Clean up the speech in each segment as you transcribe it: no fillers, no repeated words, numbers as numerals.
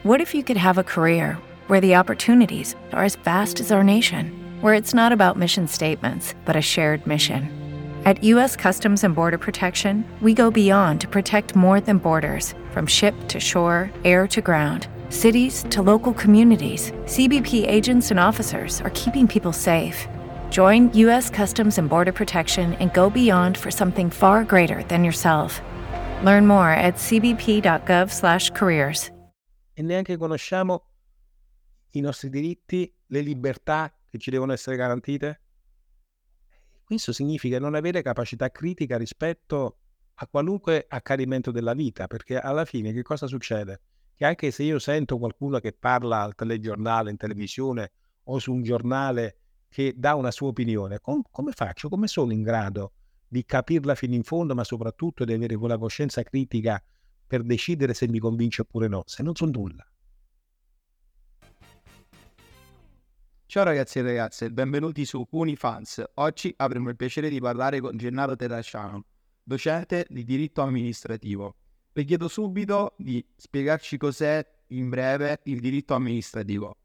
What if you could have a career where the opportunities are as vast as our nation, where it's not about mission statements, but a shared mission? At U.S. Customs and Border Protection, we go beyond to protect more than borders. From ship to shore, air to ground, cities to local communities, CBP agents and officers are keeping people safe. Join U.S. Customs and Border Protection and go beyond for something far greater than yourself. Learn more at cbp.gov/careers. E neanche conosciamo i nostri diritti, le libertà che ci devono essere garantite. Questo significa non avere capacità critica rispetto a qualunque accadimento della vita, perché alla fine che cosa succede? Che anche se io sento qualcuno che parla al telegiornale, in televisione o su un giornale che dà una sua opinione, come faccio? Come sono in grado di capirla fino in fondo, ma soprattutto di avere quella coscienza critica per decidere se mi convince oppure no, se non so nulla? Ciao ragazzi e ragazze, benvenuti su Unifans. Oggi avremo il piacere di parlare con Gennaro Terracciano, docente di diritto amministrativo. Vi chiedo subito di spiegarci cos'è in breve il diritto amministrativo.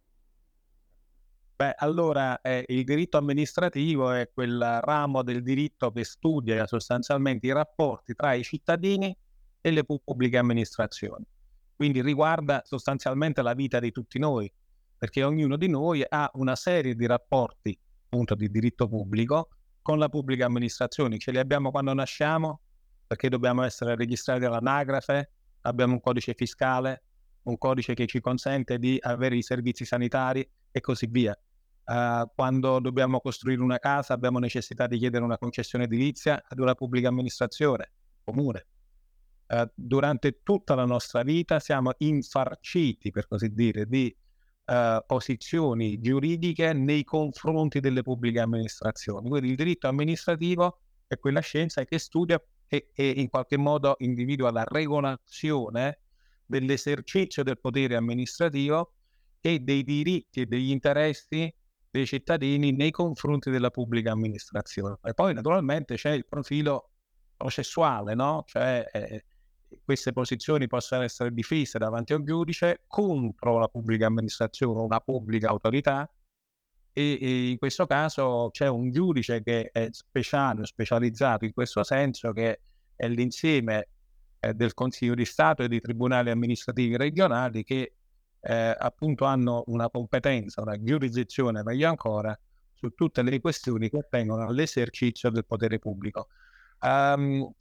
Allora, il diritto amministrativo è quel ramo del diritto che studia sostanzialmente i rapporti tra i cittadini e le pubbliche amministrazioni. Quindi riguarda sostanzialmente la vita di tutti noi, perché ognuno di noi ha una serie di rapporti, appunto, di diritto pubblico con la pubblica amministrazione. Ce li abbiamo quando nasciamo, perché dobbiamo essere registrati all'anagrafe, abbiamo un codice fiscale, un codice che ci consente di avere i servizi sanitari e così via. Quando dobbiamo costruire una casa abbiamo necessità di chiedere una concessione edilizia ad una pubblica amministrazione comune. Durante tutta la nostra vita siamo infarciti, per così dire, di posizioni giuridiche nei confronti delle pubbliche amministrazioni. Quindi il diritto amministrativo è quella scienza che studia e in qualche modo individua la regolazione dell'esercizio del potere amministrativo e dei diritti e degli interessi dei cittadini nei confronti della pubblica amministrazione. E poi naturalmente c'è il profilo processuale, no? Cioè queste posizioni possono essere difese davanti a un giudice contro la pubblica amministrazione o una pubblica autorità, e in questo caso c'è un giudice che è specializzato in questo senso, che è l'insieme del Consiglio di Stato e dei tribunali amministrativi regionali, che appunto hanno una competenza, una giurisdizione meglio ancora, su tutte le questioni che attengono all'esercizio del potere pubblico. A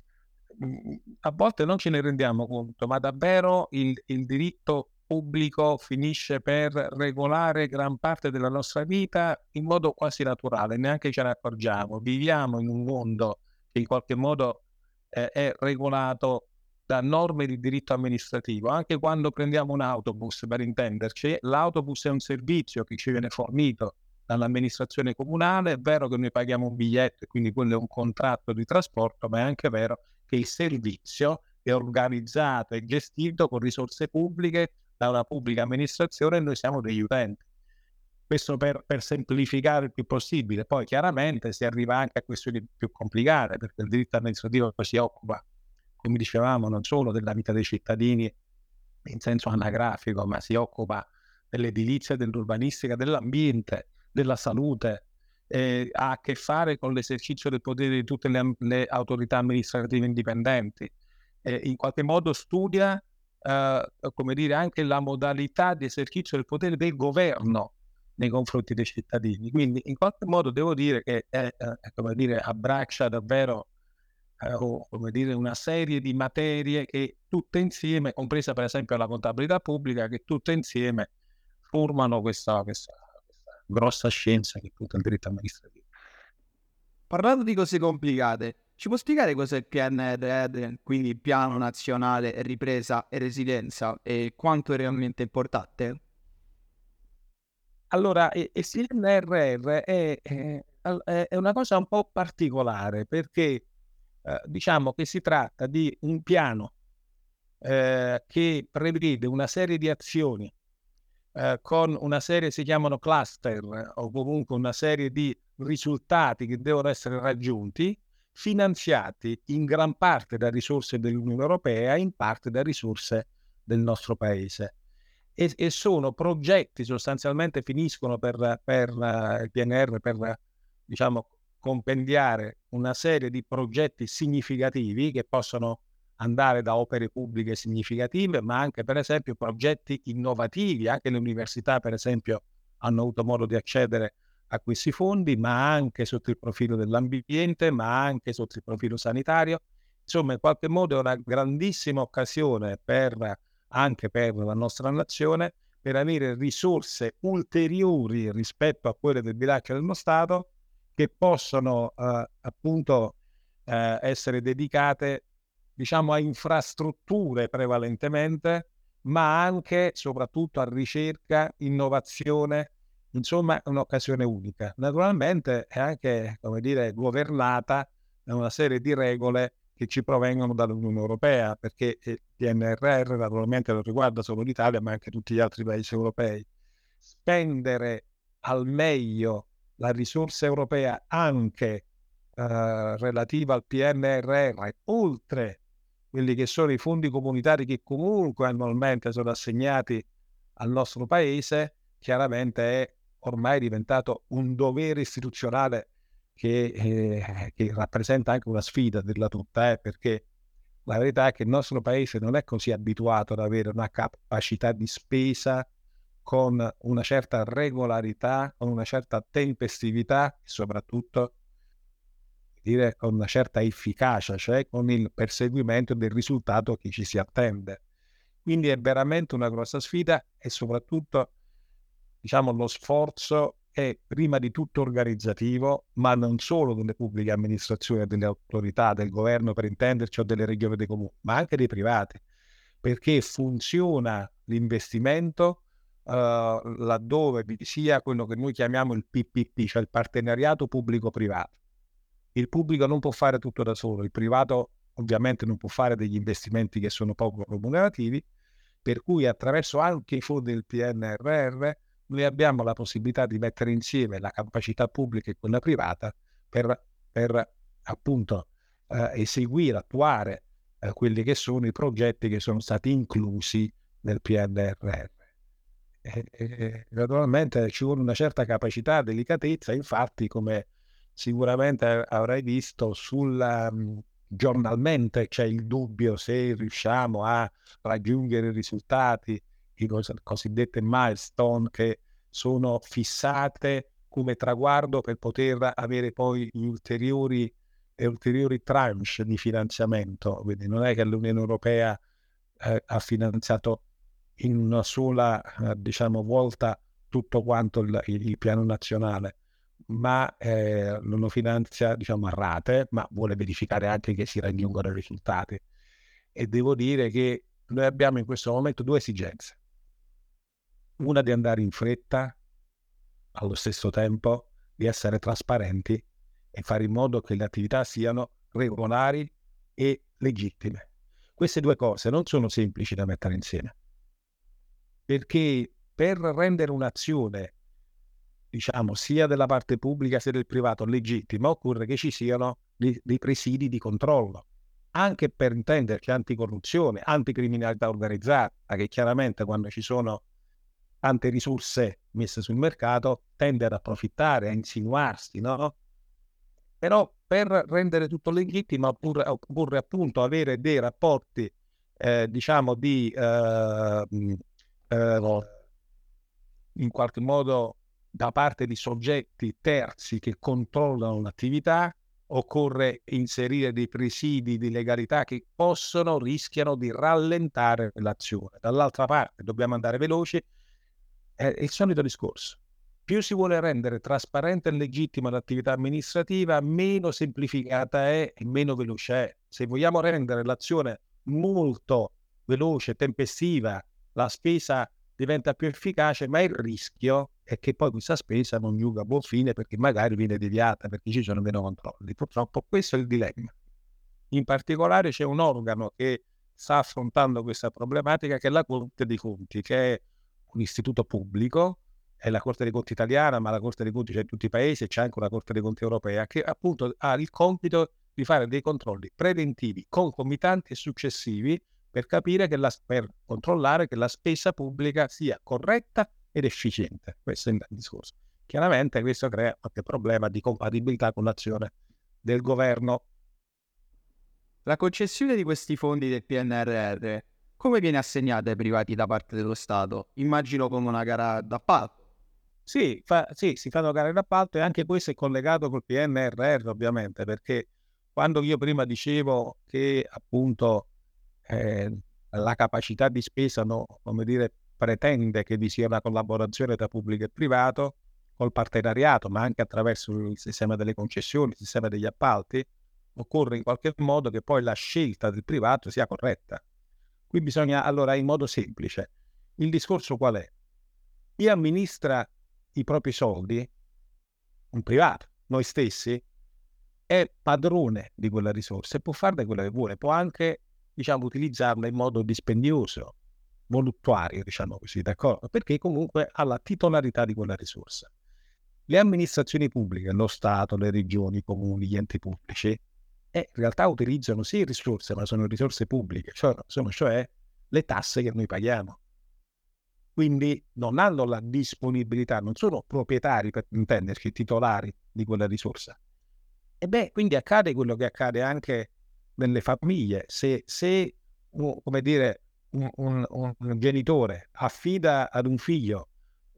volte non ce ne rendiamo conto, ma davvero il diritto pubblico finisce per regolare gran parte della nostra vita in modo quasi naturale, neanche ce ne accorgiamo. Viviamo in un mondo che in qualche modo è regolato da norme di diritto amministrativo. Anche quando prendiamo un autobus, per intenderci, l'autobus è un servizio che ci viene fornito dall'amministrazione comunale. È vero che noi paghiamo un biglietto e quindi quello è un contratto di trasporto, ma è anche vero che il servizio è organizzato e gestito con risorse pubbliche da una pubblica amministrazione e noi siamo degli utenti. Questo per semplificare il più possibile. Poi chiaramente si arriva anche a questioni più complicate, perché il diritto amministrativo si occupa, come dicevamo, non solo della vita dei cittadini in senso anagrafico, ma si occupa dell'edilizia, dell'urbanistica, dell'ambiente, della salute, ha a che fare con l'esercizio del potere di tutte le autorità amministrative indipendenti, in qualche modo studia come dire, anche la modalità di esercizio del potere del governo nei confronti dei cittadini. Quindi in qualche modo devo dire che come dire, abbraccia davvero come dire, una serie di materie che tutte insieme, compresa per esempio la contabilità pubblica, che tutte insieme formano questa grossa scienza che è tutto il diritto amministrativo. Parlando di cose complicate, ci può spiegare cos'è il PNRR, quindi il Piano Nazionale Ripresa e Resilienza, e quanto è realmente importante? Allora, il PNRR è una cosa un po' particolare, perché diciamo che si tratta di un piano che prevede una serie di azioni con una serie, si chiamano cluster, o comunque una serie di risultati che devono essere raggiunti, finanziati in gran parte da risorse dell'Unione Europea e in parte da risorse del nostro paese. e sono progetti, sostanzialmente finiscono per il PNR per, diciamo, compendiare una serie di progetti significativi che possono andare da opere pubbliche significative, ma anche per esempio progetti innovativi. Anche le università, per esempio, hanno avuto modo di accedere a questi fondi, ma anche sotto il profilo dell'ambiente, ma anche sotto il profilo sanitario. Insomma, in qualche modo è una grandissima occasione anche per la nostra nazione, per avere risorse ulteriori rispetto a quelle del bilancio dello Stato, che possono appunto essere dedicate, diciamo, a infrastrutture prevalentemente, ma anche soprattutto a ricerca, innovazione. Insomma, è un'occasione unica. Naturalmente è anche, come dire, governata da una serie di regole che ci provengono dall'Unione Europea, perché il PNRR naturalmente non riguarda solo l'Italia, ma anche tutti gli altri paesi europei. Spendere al meglio la risorsa europea anche relativa al PNRR, oltre quelli che sono i fondi comunitari che comunque annualmente sono assegnati al nostro paese, chiaramente è ormai diventato un dovere istituzionale che rappresenta anche una sfida, dirla tutta, perché la verità è che il nostro paese non è così abituato ad avere una capacità di spesa con una certa regolarità, con una certa tempestività e soprattutto con una certa efficacia, cioè con il perseguimento del risultato che ci si attende. Quindi è veramente una grossa sfida e soprattutto, diciamo, lo sforzo è prima di tutto organizzativo, ma non solo delle pubbliche amministrazioni, delle autorità, del governo per intenderci, o delle regioni e dei comuni, ma anche dei privati, perché funziona l'investimento laddove sia quello che noi chiamiamo il PPP, cioè il partenariato pubblico-privato. Il pubblico non può fare tutto da solo, il privato ovviamente non può fare degli investimenti che sono poco remunerativi, per cui attraverso anche i fondi del PNRR noi abbiamo la possibilità di mettere insieme la capacità pubblica e quella privata per appunto eseguire, attuare quelli che sono i progetti che sono stati inclusi nel PNRR. Naturalmente ci vuole una certa capacità, delicatezza, infatti come sicuramente avrai visto giornalmente c'è il dubbio se riusciamo a raggiungere i risultati, i cosiddette milestone che sono fissate come traguardo per poter avere poi gli ulteriori tranche di finanziamento. Quindi non è che l'Unione Europea ha finanziato in una sola diciamo volta tutto quanto il piano nazionale, ma lo finanzia, diciamo, a rate, ma vuole verificare anche che si raggiungano i risultati. E devo dire che noi abbiamo in questo momento due esigenze: una di andare in fretta, allo stesso tempo di essere trasparenti e fare in modo che le attività siano regolari e legittime. Queste due cose non sono semplici da mettere insieme, perché per rendere un'azione, diciamo, sia della parte pubblica sia del privato legittima, occorre che ci siano dei presidi di controllo, anche per intenderci anticorruzione, anticriminalità organizzata, che chiaramente quando ci sono tante risorse messe sul mercato tende ad approfittare, a insinuarsi, no? Però per rendere tutto legittimo occorre appunto avere dei rapporti diciamo di in qualche modo da parte di soggetti terzi che controllano l'attività. Occorre inserire dei presidi di legalità che rischiano di rallentare l'azione. Dall'altra parte dobbiamo andare veloci. È il solito discorso: più si vuole rendere trasparente e legittima l'attività amministrativa, meno semplificata è e meno veloce è. Se vogliamo rendere l'azione molto veloce, tempestiva, la spesa diventa più efficace, ma il rischio è che poi questa spesa non giunga a buon fine perché magari viene deviata, perché ci sono meno controlli. Purtroppo questo è il dilemma. In particolare c'è un organo che sta affrontando questa problematica, che è la Corte dei Conti, che è un istituto pubblico, è la Corte dei Conti italiana, ma la Corte dei Conti c'è in tutti i paesi e c'è anche una Corte dei Conti europea, che appunto ha il compito di fare dei controlli preventivi, concomitanti e successivi per capire per controllare che la spesa pubblica sia corretta ed efficiente. Questo è il discorso. Chiaramente questo crea qualche problema di compatibilità con l'azione del governo. La concessione di questi fondi del PNRR come viene assegnata ai privati da parte dello Stato? Immagino come una gara d'appalto. Sì, si fanno gare d'appalto, e anche questo è collegato col PNRR ovviamente, perché quando io prima dicevo che appunto la capacità di spesa pretende che vi sia una collaborazione tra pubblico e privato, col partenariato, ma anche attraverso il sistema delle concessioni, il sistema degli appalti, occorre in qualche modo che poi la scelta del privato sia corretta. Qui bisogna, allora, in modo semplice, il discorso qual è? Chi amministra i propri soldi, un privato, noi stessi, è padrone di quella risorsa e può farne quello che vuole, può anche, utilizzarla in modo dispendioso, voluttuario, così, d'accordo? Perché comunque ha la titolarità di quella risorsa. Le amministrazioni pubbliche, lo Stato, le regioni, i comuni, gli enti pubblici, in realtà utilizzano sì risorse, ma sono risorse pubbliche, sono cioè le tasse che noi paghiamo. Quindi non hanno la disponibilità, non sono proprietari, per intenderci, titolari di quella risorsa. Quindi accade quello che accade anche nelle famiglie. Se un genitore affida ad un figlio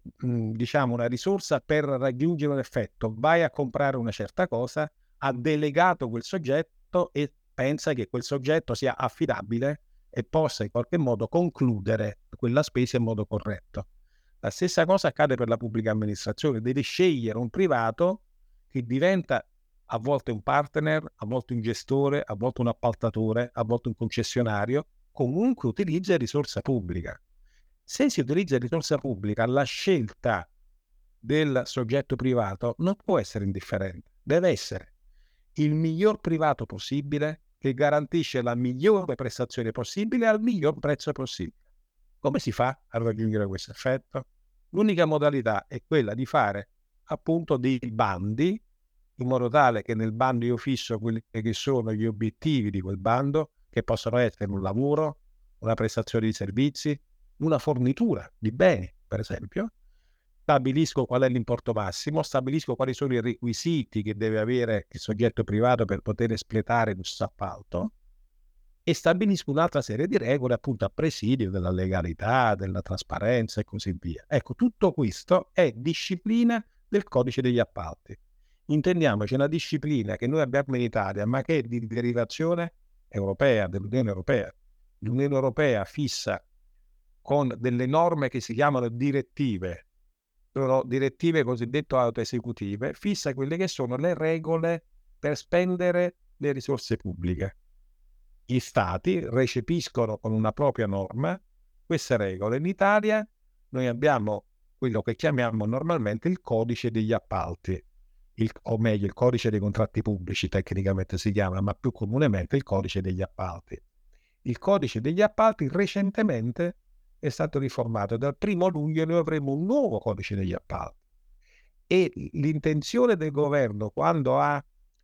una risorsa per raggiungere un effetto, vai a comprare una certa cosa, ha delegato quel soggetto e pensa che quel soggetto sia affidabile e possa in qualche modo concludere quella spesa in modo corretto. La stessa cosa accade per la pubblica amministrazione, deve scegliere un privato che diventa a volte un partner, a volte un gestore, a volte un appaltatore, a volte un concessionario, comunque utilizza risorsa pubblica. Se si utilizza risorsa pubblica, la scelta del soggetto privato non può essere indifferente, deve essere il miglior privato possibile che garantisce la migliore prestazione possibile al miglior prezzo possibile. Come si fa a raggiungere questo effetto? L'unica modalità è quella di fare appunto dei bandi, in modo tale che nel bando io fisso quelli che sono gli obiettivi di quel bando, che possono essere un lavoro, una prestazione di servizi, una fornitura di beni, per esempio. Stabilisco qual è l'importo massimo, stabilisco quali sono i requisiti che deve avere il soggetto privato per poter espletare questo appalto e stabilisco un'altra serie di regole appunto a presidio della legalità, della trasparenza e così via. Ecco, tutto questo è disciplina del codice degli appalti. Intendiamoci, una disciplina che noi abbiamo in Italia, ma che è di derivazione europea, dell'Unione Europea. L'Unione Europea fissa con delle norme che si chiamano direttive, sono direttive cosiddette autoesecutive, fissa quelle che sono le regole per spendere le risorse pubbliche. Gli stati recepiscono con una propria norma queste regole. In Italia noi abbiamo quello che chiamiamo normalmente il codice degli appalti, o meglio il codice dei contratti pubblici tecnicamente si chiama, ma più comunemente il codice degli appalti. Il codice degli appalti recentemente è stato riformato. Dal 1° luglio noi avremo un nuovo codice degli appalti e l'intenzione del governo quando ha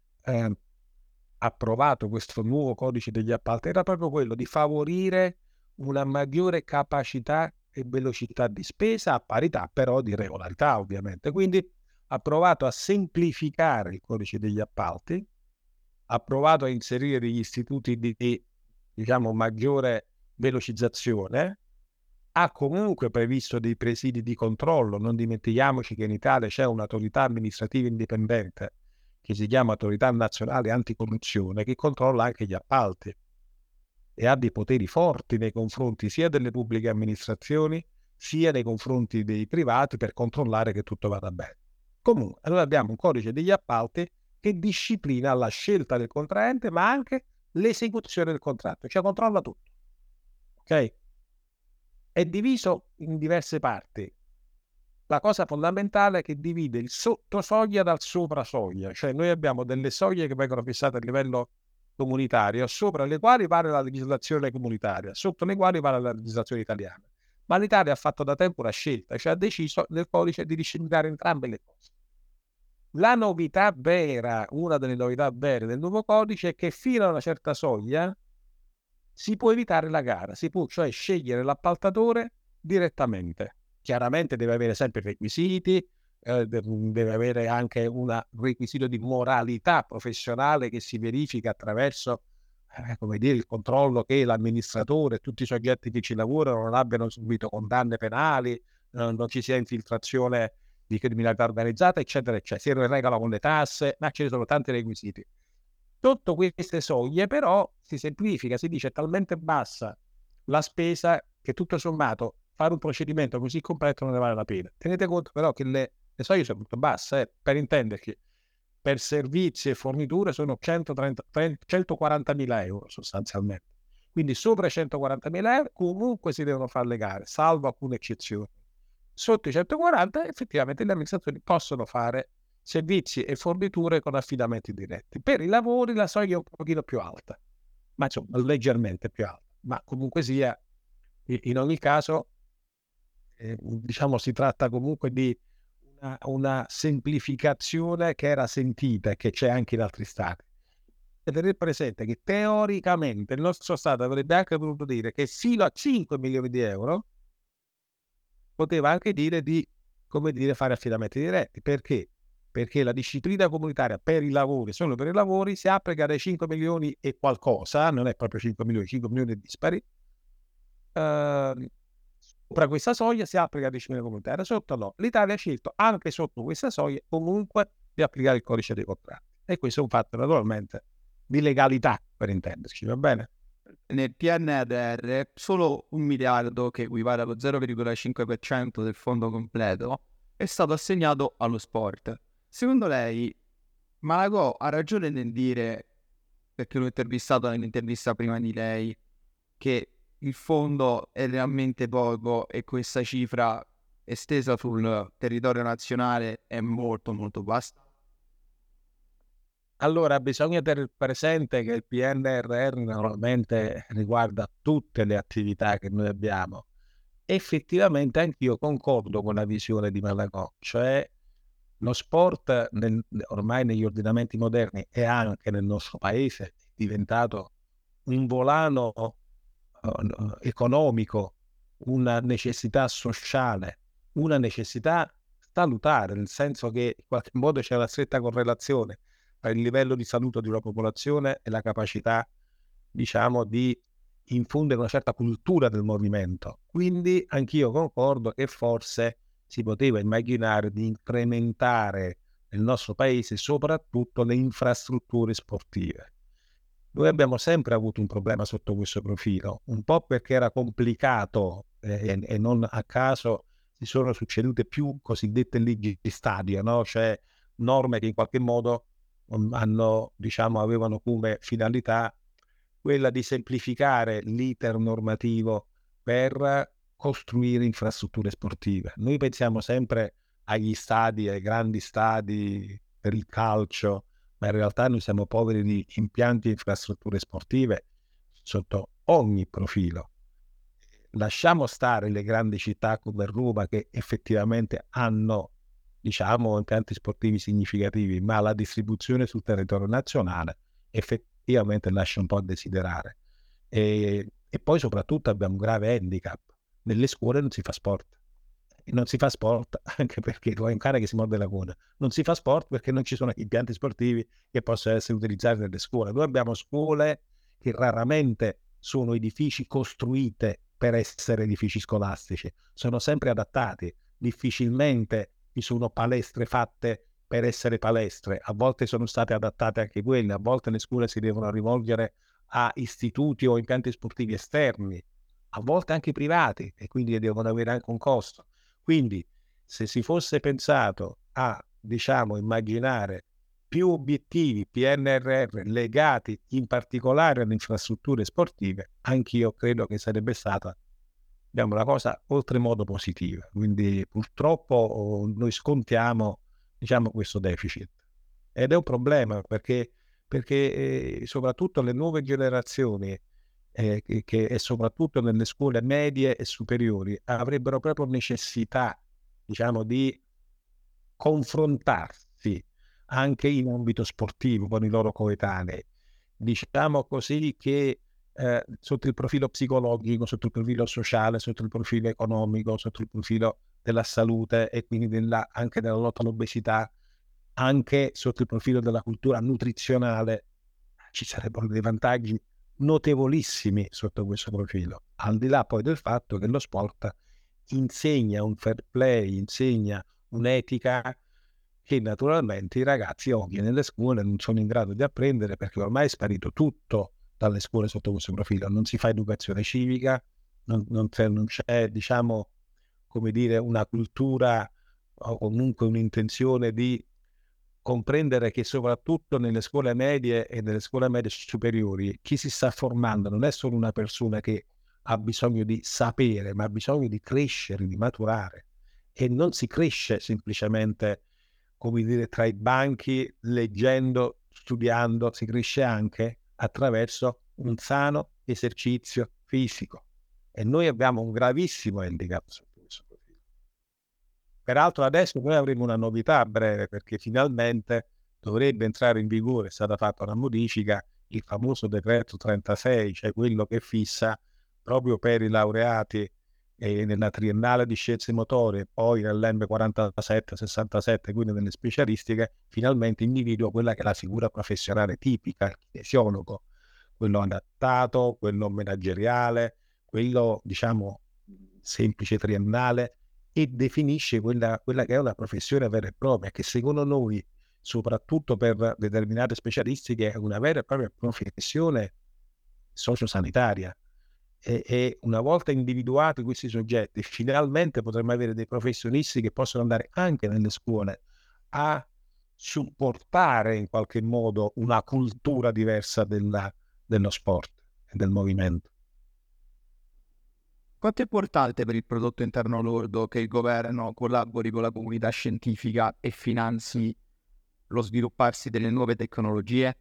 approvato questo nuovo codice degli appalti era proprio quello di favorire una maggiore capacità e velocità di spesa a parità però di regolarità ovviamente. Quindi ha provato a semplificare il codice degli appalti, ha provato a inserire degli istituti di maggiore velocizzazione, ha comunque previsto dei presidi di controllo. Non dimentichiamoci che in Italia c'è un'autorità amministrativa indipendente che si chiama Autorità Nazionale Anticorruzione, che controlla anche gli appalti e ha dei poteri forti nei confronti sia delle pubbliche amministrazioni sia nei confronti dei privati per controllare che tutto vada bene. Comunque, allora abbiamo un codice degli appalti che disciplina la scelta del contraente ma anche l'esecuzione del contratto, cioè controlla tutto. Ok? È diviso in diverse parti. La cosa fondamentale è che divide il sottosoglia dal soprasoglia, cioè noi abbiamo delle soglie che vengono fissate a livello comunitario, sopra le quali vale la legislazione comunitaria, sotto le quali vale la legislazione italiana. Ma l'Italia ha fatto da tempo una scelta, cioè ha deciso nel codice di disciplinare entrambe le cose. La novità vera, una delle novità vere del nuovo codice è che fino a una certa soglia si può evitare la gara, si può cioè scegliere l'appaltatore direttamente. Chiaramente deve avere sempre i requisiti, deve avere anche un requisito di moralità professionale che si verifica attraverso come dire, il controllo che l'amministratore e tutti i soggetti che ci lavorano non abbiano subito condanne penali, non ci sia infiltrazione di criminalità organizzata, eccetera, eccetera. Si regola con le tasse, ma ce ne sono tanti requisiti. Sotto queste soglie però si semplifica, si dice è talmente bassa la spesa che tutto sommato fare un procedimento così completo non ne vale la pena. Tenete conto però che le soglie sono molto basse, per intenderci, per servizi e forniture sono 140.000 euro sostanzialmente. Quindi sopra i 140.000 euro comunque si devono fare le gare, salvo alcune eccezioni. Sotto i 140 effettivamente le amministrazioni possono fare servizi e forniture con affidamenti diretti. Per i lavori la soglia è un pochino più alta, ma insomma leggermente più alta, ma comunque sia, in ogni caso, diciamo si tratta comunque di una semplificazione che era sentita e che c'è anche in altri stati. E tenere presente che teoricamente il nostro Stato avrebbe anche voluto dire che fino a 5 milioni di euro poteva anche dire di, come dire, fare affidamenti diretti. Perché? Perché la disciplina comunitaria per i lavori, solo per i lavori, si applica dai 5 milioni e qualcosa, non è proprio 5 milioni, 5 milioni dispari. Sopra questa soglia si applica la disciplina comunitaria, sotto no. L'Italia ha scelto anche sotto questa soglia comunque di applicare il codice dei contratti. E questo è un fatto naturalmente di legalità, per intenderci, va bene? Nel PNRR solo 1 miliardo, che equivale allo 0,5% del fondo completo, è stato assegnato allo sport. Secondo lei, Malagò ha ragione nel dire, perché l'ho intervistato nell'intervista prima di lei, che il fondo è realmente poco e questa cifra estesa sul territorio nazionale è molto molto bassa? Allora, bisogna tenere presente che il PNRR naturalmente riguarda tutte le attività che noi abbiamo. Effettivamente anch'io concordo con la visione di Malagò, cioè lo sport ormai negli ordinamenti moderni e anche nel nostro paese è diventato un volano economico, una necessità sociale, una necessità salutare, nel senso che in qualche modo c'è una stretta correlazione tra il livello di salute di una popolazione e la capacità, diciamo, di infondere una certa cultura del movimento. Quindi anch'io concordo che forse si poteva immaginare di incrementare nel nostro paese soprattutto le infrastrutture sportive. Noi abbiamo sempre avuto un problema sotto questo profilo, un po' perché era complicato e non a caso si sono succedute più cosiddette leggi di stadio, no? Cioè norme che in qualche modo avevano come finalità quella di semplificare l'iter normativo per costruire infrastrutture sportive. Noi pensiamo sempre agli stadi, ai grandi stadi per il calcio, ma in realtà noi siamo poveri di impianti e infrastrutture sportive sotto ogni profilo. Lasciamo stare le grandi città come Roma che effettivamente hanno, impianti sportivi significativi, ma la distribuzione sul territorio nazionale effettivamente lascia un po' a desiderare. E poi soprattutto abbiamo un grave handicap. Nelle scuole non si fa sport. E non si fa sport anche perché tu hai un cane che si morde la coda. Non si fa sport perché non ci sono impianti sportivi che possono essere utilizzati nelle scuole. Noi abbiamo scuole che raramente sono edifici costruite per essere edifici scolastici, sono sempre adattati. Difficilmente ci sono palestre fatte per essere palestre, a volte sono state adattate anche quelle, a volte le scuole si devono rivolgere a istituti o impianti sportivi esterni, a volte anche privati, e quindi devono avere anche un costo. Quindi se si fosse pensato a, immaginare più obiettivi PNRR legati in particolare alle infrastrutture sportive, anch'io credo che sarebbe stata una cosa oltremodo positiva. Quindi purtroppo noi scontiamo questo deficit ed è un problema perché soprattutto le nuove generazioni e soprattutto nelle scuole medie e superiori avrebbero proprio necessità di confrontarsi anche in ambito sportivo con i loro coetanei. Diciamo così che sotto il profilo psicologico, sotto il profilo sociale, sotto il profilo economico, sotto il profilo della salute e quindi anche della lotta all'obesità, anche sotto il profilo della cultura nutrizionale. Ci sarebbero dei vantaggi notevolissimi sotto questo profilo, al di là poi del fatto che lo sport insegna un fair play, insegna un'etica che naturalmente i ragazzi oggi nelle scuole non sono in grado di apprendere, perché ormai è sparito tutto dalle scuole sotto questo profilo. Non si fa educazione civica, non c'è, diciamo, come dire, una cultura o comunque un'intenzione di comprendere che soprattutto nelle scuole medie e nelle scuole medie superiori chi si sta formando non è solo una persona che ha bisogno di sapere, ma ha bisogno di crescere, di maturare. E non si cresce semplicemente, come dire, tra i banchi, leggendo, studiando, si cresce anche attraverso un sano esercizio fisico. E noi abbiamo un gravissimo handicap su questo profilo. Peraltro adesso noi avremo una novità a breve, perché finalmente dovrebbe entrare in vigore, è stata fatta una modifica, il famoso decreto 36, cioè quello che fissa proprio per i laureati nella triennale di scienze motorie, poi nell'M47-67, quindi nelle specialistiche, finalmente individua quella che è la figura professionale tipica, il kinesiologo, quello adattato, quello manageriale, quello, diciamo, semplice triennale, e definisce quella che è una professione vera e propria, che secondo noi, soprattutto per determinate specialistiche, è una vera e propria professione sociosanitaria. E una volta individuati questi soggetti, finalmente potremmo avere dei professionisti che possono andare anche nelle scuole a supportare in qualche modo una cultura diversa dello sport e del movimento. Quanto è importante per il prodotto interno lordo che il governo collabori con la comunità scientifica e finanzi lo svilupparsi delle nuove tecnologie?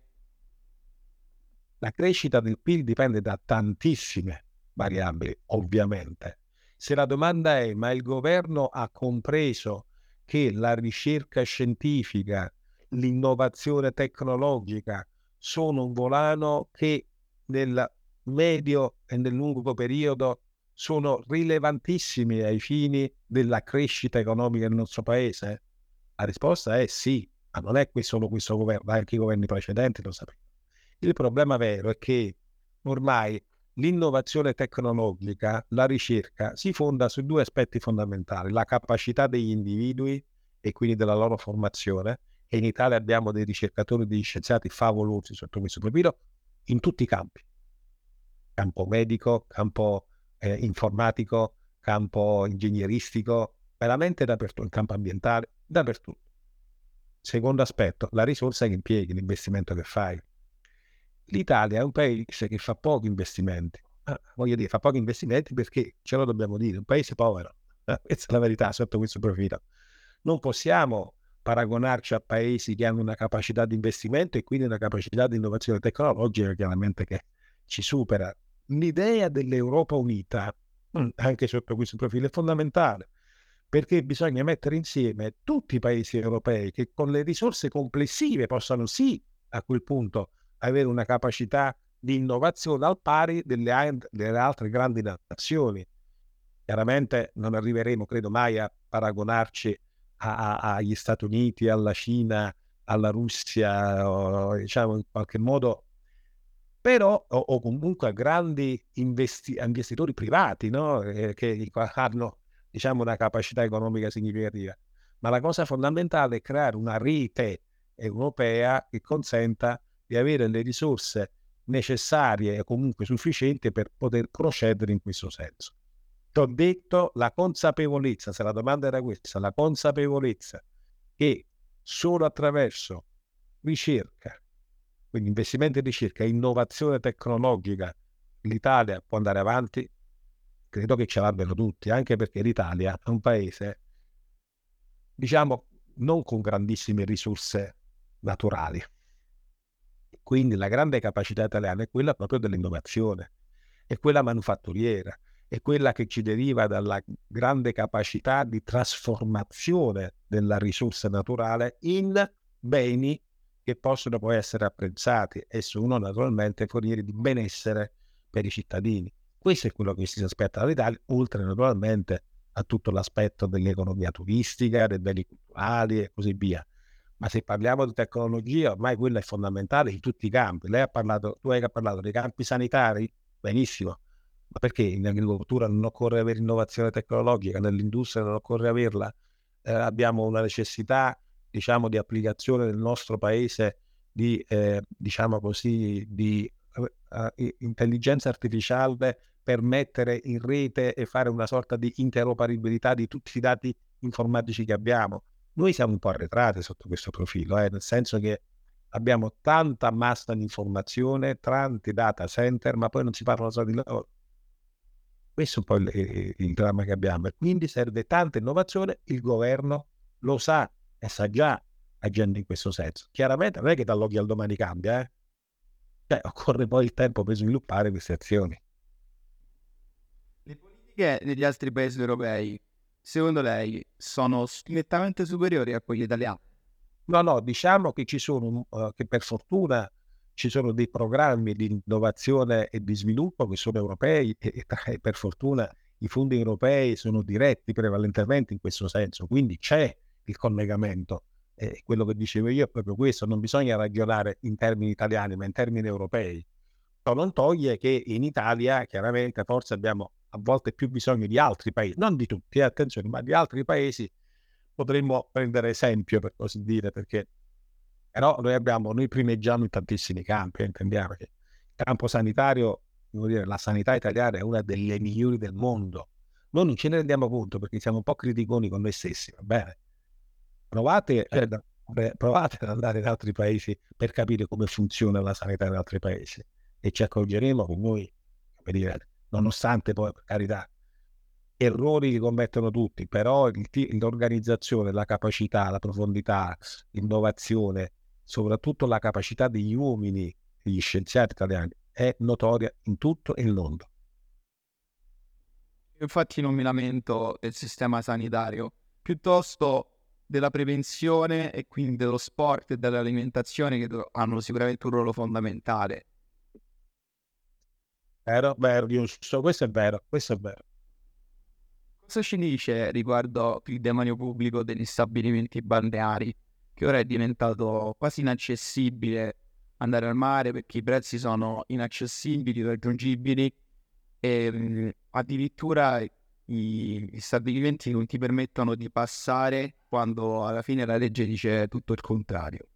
La crescita del PIL dipende da tantissime variabili, ovviamente. Se la domanda è: ma il governo ha compreso che la ricerca scientifica, l'innovazione tecnologica sono un volano che nel medio e nel lungo periodo sono rilevantissimi ai fini della crescita economica del nostro paese? La risposta è sì, ma non è solo questo governo, anche i governi precedenti lo sapevano. Il problema vero è che ormai l'innovazione tecnologica, la ricerca, si fonda su due aspetti fondamentali: la capacità degli individui e quindi della loro formazione, e in Italia abbiamo dei ricercatori, degli scienziati favolosi sotto questo profilo, in tutti i campi: campo medico, campo informatico, campo ingegneristico, veramente dappertutto, in campo ambientale, dappertutto. Secondo aspetto, la risorsa che impieghi, l'investimento che fai. L'Italia è un paese che fa pochi investimenti. Voglio dire, fa pochi investimenti perché, ce lo dobbiamo dire, è un paese povero. Questa è la verità sotto questo profilo. Non possiamo paragonarci a paesi che hanno una capacità di investimento e quindi una capacità di innovazione tecnologica chiaramente che ci supera. L'idea dell'Europa unita, anche sotto questo profilo, è fondamentale, perché bisogna mettere insieme tutti i paesi europei che con le risorse complessive possano sì, a quel punto, avere una capacità di innovazione al pari delle altre grandi nazioni. Chiaramente non arriveremo, credo mai, a paragonarci agli Stati Uniti, alla Cina, alla Russia, o, diciamo, in qualche modo, però, o comunque a grandi investitori privati, no? Che hanno, diciamo, una capacità economica significativa. Ma la cosa fondamentale è creare una rete europea che consenta di avere le risorse necessarie e comunque sufficienti per poter procedere in questo senso. Ti ho detto la consapevolezza, se la domanda era questa, la consapevolezza che solo attraverso ricerca, quindi investimenti in ricerca e innovazione tecnologica, l'Italia può andare avanti. Credo che ce l'abbiano tutti, anche perché l'Italia è un paese, diciamo, non con grandissime risorse naturali. Quindi la grande capacità italiana è quella proprio dell'innovazione, è quella manufatturiera, è quella che ci deriva dalla grande capacità di trasformazione della risorsa naturale in beni che possono poi essere apprezzati e sono naturalmente forieri di benessere per i cittadini. Questo è quello che si aspetta dall'Italia, oltre naturalmente a tutto l'aspetto dell'economia turistica, dei beni culturali e così via. Ma se parliamo di tecnologia, ormai quella è fondamentale in tutti i campi. Tu hai parlato dei campi sanitari, benissimo, ma perché in agricoltura non occorre avere innovazione tecnologica, nell'industria non occorre averla? Abbiamo una necessità, diciamo, di applicazione nel nostro paese di, diciamo così, di intelligenza artificiale per mettere in rete e fare una sorta di interoperabilità di tutti i dati informatici che abbiamo. Noi siamo un po' arretrati sotto questo profilo, nel senso che abbiamo tanta massa di informazione, tanti data center, ma poi non si parla solo di loro. Questo è un po' il dramma che abbiamo, e quindi serve tanta innovazione. Il governo lo sa e sta già agendo in questo senso. Chiaramente non è che dall'oggi al domani cambia, occorre poi il tempo per sviluppare queste azioni. Le politiche degli altri paesi europei, secondo lei, sono nettamente superiori a quelle italiane? No, diciamo che ci sono, che per fortuna ci sono dei programmi di innovazione e di sviluppo che sono europei e per fortuna i fondi europei sono diretti prevalentemente in questo senso, quindi c'è il collegamento. Quello che dicevo io è proprio questo, non bisogna ragionare in termini italiani ma in termini europei. Ciò non toglie che in Italia chiaramente forse abbiamo a volte più bisogno di altri paesi, non di tutti, attenzione, ma di altri paesi potremmo prendere esempio, per così dire, perché però noi primeggiamo in tantissimi campi, intendiamo che il campo sanitario, devo dire, la sanità italiana è una delle migliori del mondo. Noi non ce ne rendiamo conto perché siamo un po' criticoni con noi stessi, va bene? Provate ad andare in altri paesi per capire come funziona la sanità in altri paesi e ci accorgeremo che noi, come dire, nonostante poi, per carità, errori li commettono tutti, però l'organizzazione, la capacità, la profondità, l'innovazione, soprattutto la capacità degli uomini, degli scienziati italiani, è notoria in tutto il mondo. Infatti non mi lamento del sistema sanitario, piuttosto della prevenzione e quindi dello sport e dell'alimentazione, che hanno sicuramente un ruolo fondamentale. Vero, giusto, questo è vero. Cosa ci dice riguardo il demanio pubblico degli stabilimenti balneari, che ora è diventato quasi inaccessibile andare al mare perché i prezzi sono inaccessibili, irraggiungibili e addirittura gli stabilimenti non ti permettono di passare quando alla fine la legge dice tutto il contrario?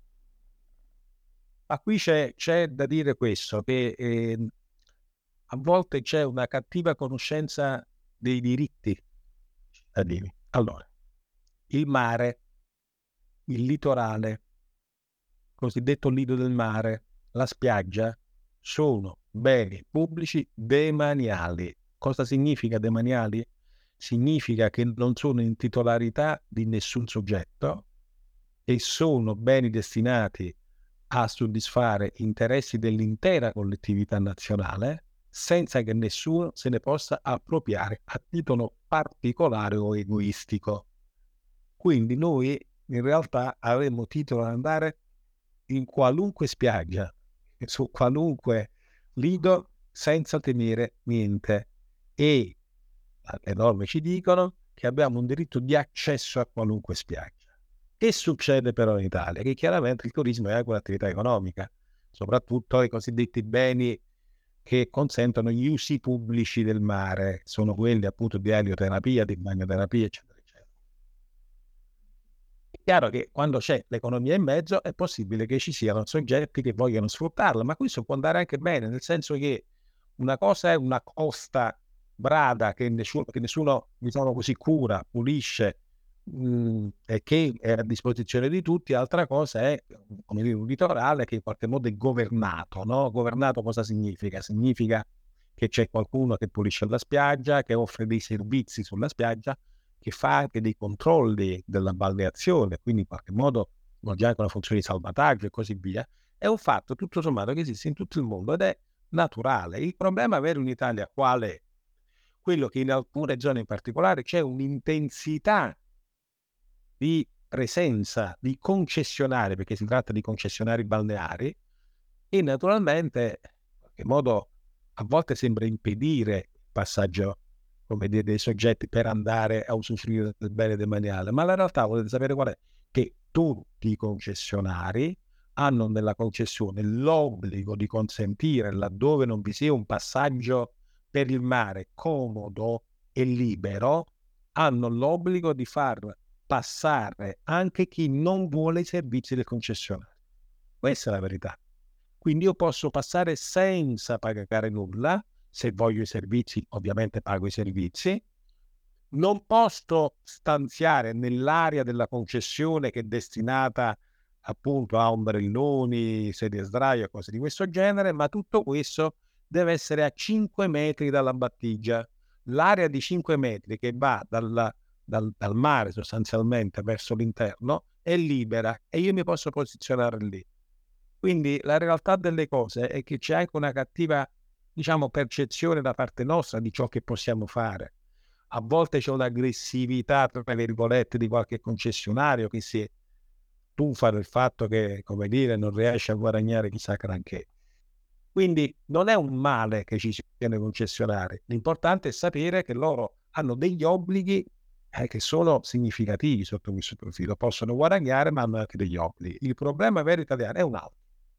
Ma qui c'è da dire questo, che a volte c'è una cattiva conoscenza dei diritti cittadini. Allora, il mare, il litorale, cosiddetto lido del mare, la spiaggia, sono beni pubblici demaniali. Cosa significa demaniali? Significa che non sono in titolarità di nessun soggetto e sono beni destinati a soddisfare interessi dell'intera collettività nazionale senza che nessuno se ne possa appropriare a titolo particolare o egoistico. Quindi noi in realtà avremmo titolo ad andare in qualunque spiaggia, su qualunque lido, senza temere niente. E le norme ci dicono che abbiamo un diritto di accesso a qualunque spiaggia. Che succede però in Italia? Che chiaramente il turismo è anche un'attività economica, soprattutto i cosiddetti beni che consentono gli usi pubblici del mare, sono quelli appunto di elioterapia, di bagnoterapia, eccetera, eccetera. È chiaro che quando c'è l'economia in mezzo è possibile che ci siano soggetti che vogliono sfruttarla, ma questo può andare anche bene, nel senso che una cosa è una costa brada che nessuno diciamo così, cura, pulisce, e che è a disposizione di tutti. Altra cosa è, come dire, un litorale che in qualche modo è governato, no? Governato cosa significa? Significa che c'è qualcuno che pulisce la spiaggia, che offre dei servizi sulla spiaggia, che fa anche dei controlli della balneazione, quindi in qualche modo svolge anche una funzione di salvataggio e così via. È un fatto tutto sommato che esiste in tutto il mondo ed è naturale. Il problema è avere in Italia qual è? Quello che in alcune zone in particolare c'è un'intensità di presenza di concessionari, perché si tratta di concessionari balneari, e naturalmente in qualche modo a volte sembra impedire il passaggio, come dire, dei soggetti per andare a usufruire del bene demaniale, ma la realtà volete sapere qual è? Che tutti i concessionari hanno nella concessione l'obbligo di consentire, laddove non vi sia un passaggio per il mare comodo e libero, hanno l'obbligo di far passare anche chi non vuole i servizi del concessionario. Questa è la verità. Quindi io posso passare senza pagare nulla, se voglio i servizi ovviamente pago i servizi, non posso stanziare nell'area della concessione che è destinata appunto a ombrelloni, sedie a sdraio e cose di questo genere, ma tutto questo deve essere a 5 metri dalla battigia. L'area di 5 metri che va dal mare sostanzialmente verso l'interno è libera e io mi posso posizionare lì. Quindi la realtà delle cose è che c'è anche una cattiva, diciamo, percezione da parte nostra di ciò che possiamo fare. A volte c'è un'aggressività, tra virgolette, di qualche concessionario che si stufa del fatto che, come dire, non riesce a guadagnare chissà granché. Quindi non è un male che ci siano i concessionari, l'importante è sapere che loro hanno degli obblighi che sono significativi sotto questo profilo, possono guadagnare ma hanno anche degli obblighi. Il problema vero italiano è un altro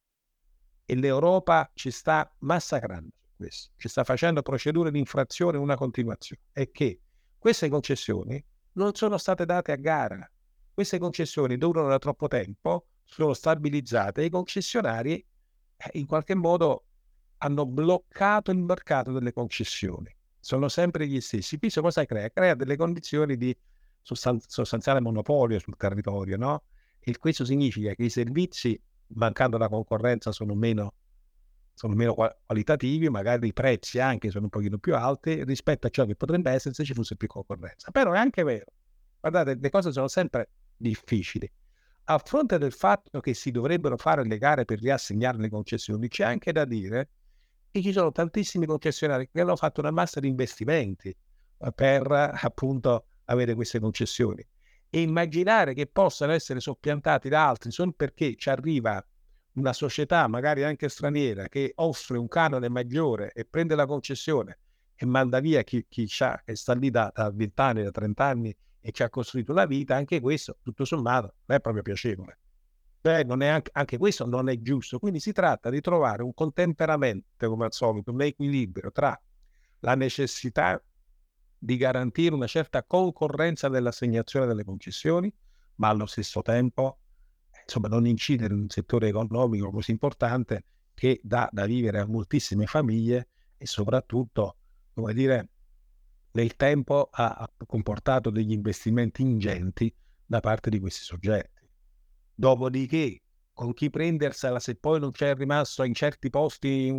e l'Europa ci sta massacrando su questo, ci sta facendo procedure di infrazione una continuazione, è che queste concessioni non sono state date a gara, queste concessioni durano da troppo tempo, sono stabilizzate e i concessionari in qualche modo hanno bloccato il mercato delle concessioni, sono sempre gli stessi. Questo cosa crea? Crea delle condizioni di sostanziale monopolio sul territorio, no? E questo significa che i servizi, mancando la concorrenza, sono meno qualitativi, magari i prezzi anche sono un pochino più alti rispetto a ciò che potrebbe essere se ci fosse più concorrenza. Però è anche vero, guardate, le cose sono sempre difficili. A fronte del fatto che si dovrebbero fare le gare per riassegnare le concessioni, c'è anche da dire che ci sono tantissimi concessionari che hanno fatto una massa di investimenti per appunto avere queste concessioni. E immaginare che possano essere soppiantati da altri solo perché ci arriva una società, magari anche straniera, che offre un canone maggiore e prende la concessione e manda via chi che sta lì da 20 anni, da 30 anni e ci ha costruito la vita, anche questo, tutto sommato, non è proprio piacevole. Non è anche questo non è giusto. Quindi si tratta di trovare un contemperamento, come al solito, un equilibrio tra la necessità di garantire una certa concorrenza nell'assegnazione delle concessioni, ma allo stesso tempo insomma non incidere in un settore economico così importante che dà da vivere a moltissime famiglie e soprattutto, come dire, nel tempo ha comportato degli investimenti ingenti da parte di questi soggetti. Dopodiché, con chi prendersela se poi non c'è rimasto in certi posti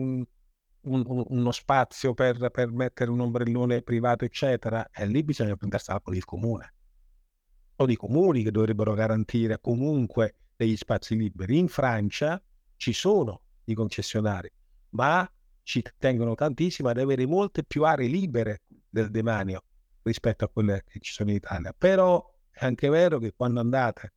uno spazio per mettere un ombrellone privato, eccetera, e lì bisogna prendersela con il comune o i comuni che dovrebbero garantire comunque degli spazi liberi. In Francia ci sono i concessionari, ma ci tengono tantissimo ad avere molte più aree libere del demanio rispetto a quelle che ci sono in Italia. Però è anche vero che quando andate,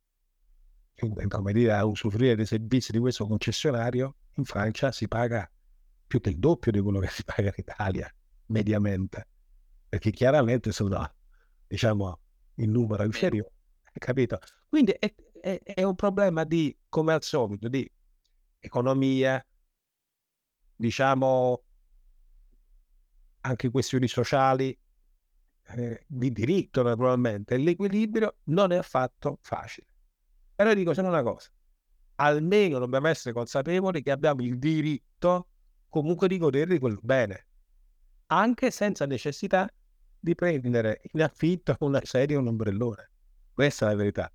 come dire, a usufruire dei servizi di questo concessionario, in Francia si paga più del doppio di quello che si paga in Italia, mediamente, perché chiaramente sono, diciamo, il numero inferiore, capito? Quindi è un problema di, come al solito, di economia, diciamo, anche questioni sociali, di diritto naturalmente. L'equilibrio non è affatto facile. Però dico solo una cosa, almeno dobbiamo essere consapevoli che abbiamo il diritto comunque di godere di quel bene, anche senza necessità di prendere in affitto una sedia o un ombrellone. Questa è la verità.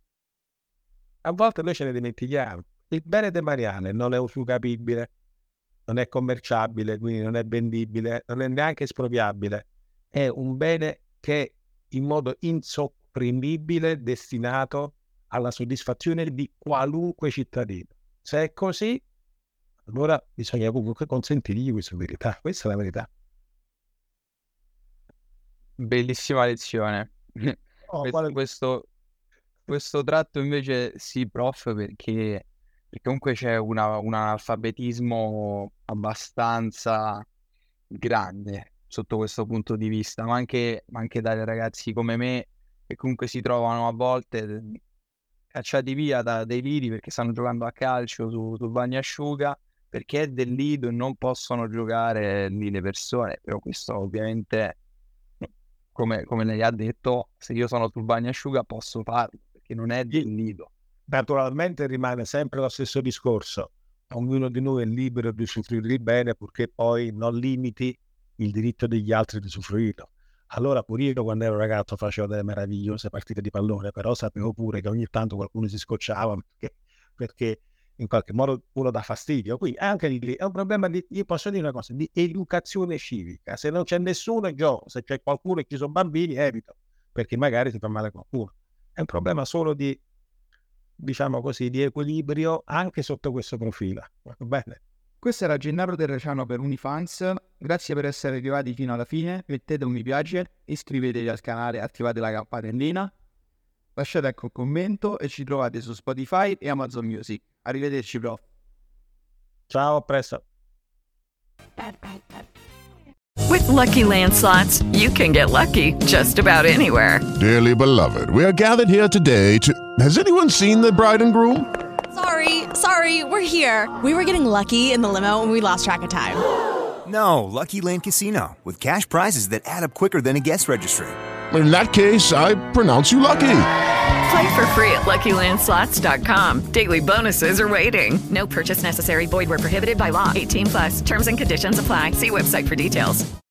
A volte noi ce ne dimentichiamo. Il bene demaniale non è usufruibile, non è commerciabile, quindi non è vendibile, non è neanche espropriabile. È un bene che è in modo insopprimibile destinato alla soddisfazione di qualunque cittadino. Se è così, allora bisogna comunque consentirgli questa verità. Questa è la verità. Bellissima lezione. Oh, Questo tratto invece sì, prof, perché perché comunque c'è un analfabetismo abbastanza grande sotto questo punto di vista, ma anche dai ragazzi come me che comunque si trovano a volte cacciati via da dei lidi perché stanno giocando a calcio sul bagnasciuga, perché è del lido e non possono giocare lì le persone. Però questo ovviamente, come lei ha detto, se io sono sul bagnasciuga posso farlo, perché non è del lido. Naturalmente rimane sempre lo stesso discorso, ognuno di noi è libero di usufruirli bene, purché poi non limiti il diritto degli altri di usufruirlo. Allora pure io quando ero ragazzo facevo delle meravigliose partite di pallone, però sapevo pure che ogni tanto qualcuno si scocciava perché in qualche modo uno dà fastidio. Quindi anche lì è un problema io posso dire una cosa, di educazione civica. Se non c'è nessuno gioco, se c'è qualcuno e ci sono bambini evito, perché magari si fa male a qualcuno. È un problema solo di, diciamo così, di equilibrio anche sotto questo profilo. Va bene? Questo era Gennaro Terracciano per Unifans. Grazie per essere arrivati fino alla fine. Mettete un mi piace, iscrivetevi al canale, attivate la campanellina, lasciate anche un commento e ci trovate su Spotify e Amazon Music. Arrivederci, prof. Ciao, a presto. With Lucky Land Slots, you can get lucky just about anywhere. Dearly beloved, we are gathered here today to... Has anyone seen the bride and groom? Sorry, we're here. We were getting lucky in the limo and we lost track of time. No, Lucky Land Casino, with cash prizes that add up quicker than a guest registry. In that case, I pronounce you lucky. Play for free at LuckyLandSlots.com. Daily bonuses are waiting. No purchase necessary. Void where prohibited by law. 18+. Terms and conditions apply. See website for details.